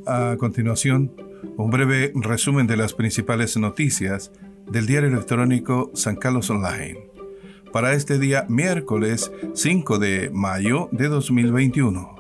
A continuación, un breve resumen de las principales noticias del diario electrónico San Carlos Online para este día miércoles 5 de mayo de 2021.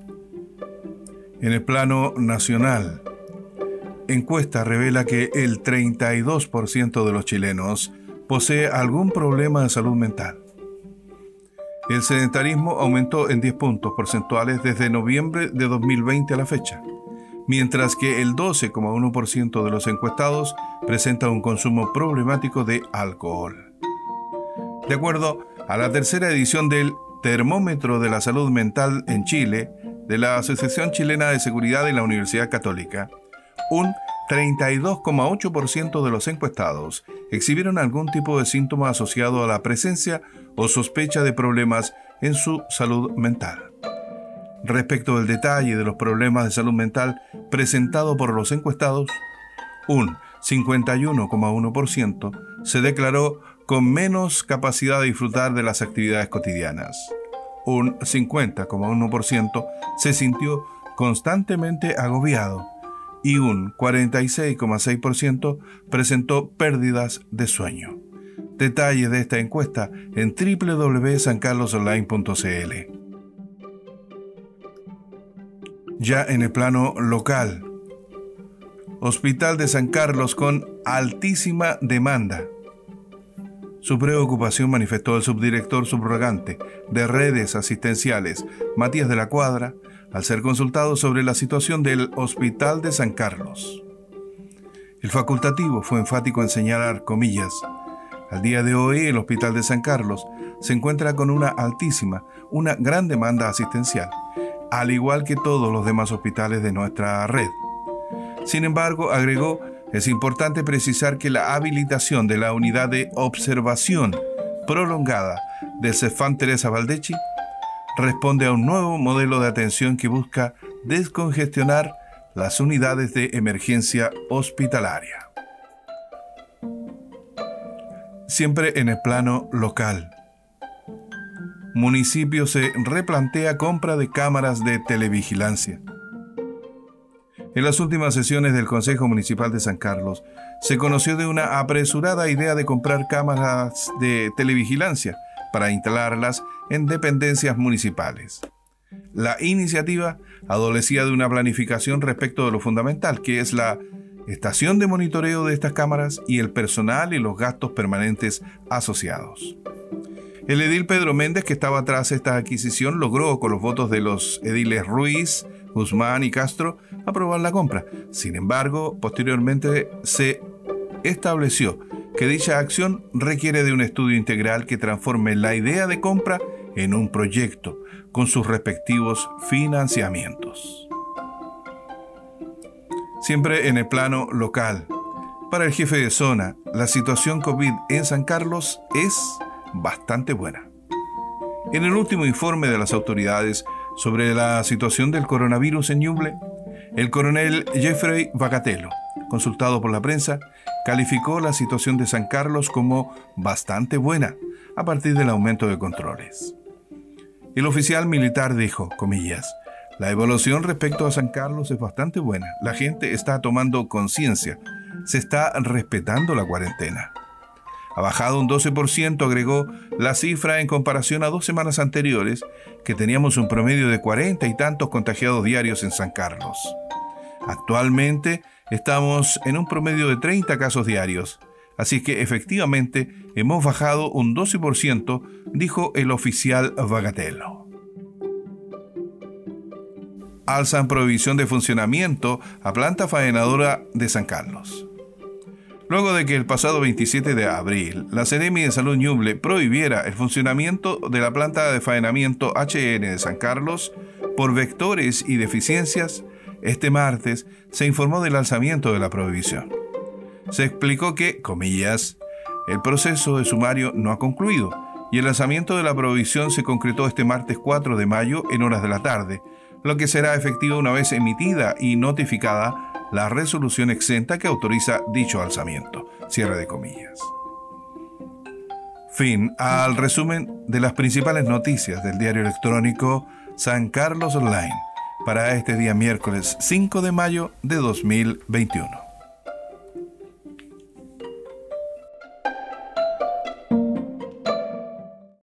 En el plano nacional, encuesta revela que el 32% de los chilenos posee algún problema de salud mental. El sedentarismo aumentó en 10 puntos porcentuales desde noviembre de 2020 a la fecha, mientras que el 12,1% de los encuestados presenta un consumo problemático de alcohol. De acuerdo a la tercera edición del Termómetro de la Salud Mental en Chile, de la Asociación Chilena de Seguridad de la Universidad Católica, un 32,8% de los encuestados exhibieron algún tipo de síntoma asociado a la presencia o sospecha de problemas en su salud mental. Respecto del detalle de los problemas de salud mental presentados por los encuestados, un 51,1% se declaró con menos capacidad de disfrutar de las actividades cotidianas. Un 50,1% se sintió constantemente agobiado y un 46,6% presentó pérdidas de sueño. Detalles de esta encuesta en www.sancarlosonline.cl. Ya en el plano local, Hospital de San Carlos con altísima demanda. Su preocupación manifestó el subdirector subrogante de redes asistenciales, Matías de la Cuadra, al ser consultado sobre la situación del Hospital de San Carlos. El facultativo fue enfático en señalar, comillas, al día de hoy el Hospital de San Carlos se encuentra con una gran demanda asistencial, al igual que todos los demás hospitales de nuestra red. Sin embargo, agregó, es importante precisar que la habilitación de la unidad de observación prolongada del CEFAM Teresa Valdechi responde a un nuevo modelo de atención que busca descongestionar las unidades de emergencia hospitalaria. Siempre en el plano local. Municipio se replantea compra de cámaras de televigilancia. En las últimas sesiones del Consejo Municipal de San Carlos, se conoció de una apresurada idea de comprar cámaras de televigilancia para instalarlas en dependencias municipales. La iniciativa adolecía de una planificación respecto de lo fundamental, que es la estación de monitoreo de estas cámaras y el personal y los gastos permanentes asociados. El edil Pedro Méndez, que estaba tras esta adquisición, logró, con los votos de los ediles Ruiz, Guzmán y Castro, aprobar la compra. Sin embargo, posteriormente se estableció que dicha acción requiere de un estudio integral que transforme la idea de compra en un proyecto con sus respectivos financiamientos. Siempre en el plano local. Para el jefe de zona, la situación COVID en San Carlos es bastante buena. En el último informe de las autoridades sobre la situación del coronavirus en Ñuble, el coronel Jeffrey Bagatelo, consultado por la prensa, calificó la situación de San Carlos como bastante buena a partir del aumento de controles. El oficial militar dijo, comillas, la evaluación respecto a San Carlos es bastante buena. La gente está tomando conciencia. Se está respetando la cuarentena. Ha bajado un 12%, agregó la cifra en comparación a 2 semanas anteriores, que teníamos un promedio de 40 y tantos contagiados diarios en San Carlos. Actualmente estamos en un promedio de 30 casos diarios, así que efectivamente hemos bajado un 12%, dijo el oficial Bagatelo. Alzan prohibición de funcionamiento a planta faenadora de San Carlos. Luego de que el pasado 27 de abril, la Seremi de Salud Ñuble prohibiera el funcionamiento de la planta de faenamiento HN de San Carlos por vectores y deficiencias, este martes se informó del alzamiento de la prohibición. Se explicó que, comillas, el proceso de sumario no ha concluido y el lanzamiento de la prohibición se concretó este martes 4 de mayo en horas de la tarde, lo que será efectivo una vez emitida y notificada la resolución exenta que autoriza dicho alzamiento. Cierre de comillas. Fin al resumen de las principales noticias del diario electrónico San Carlos Online. para este día miércoles 5 de mayo de 2021.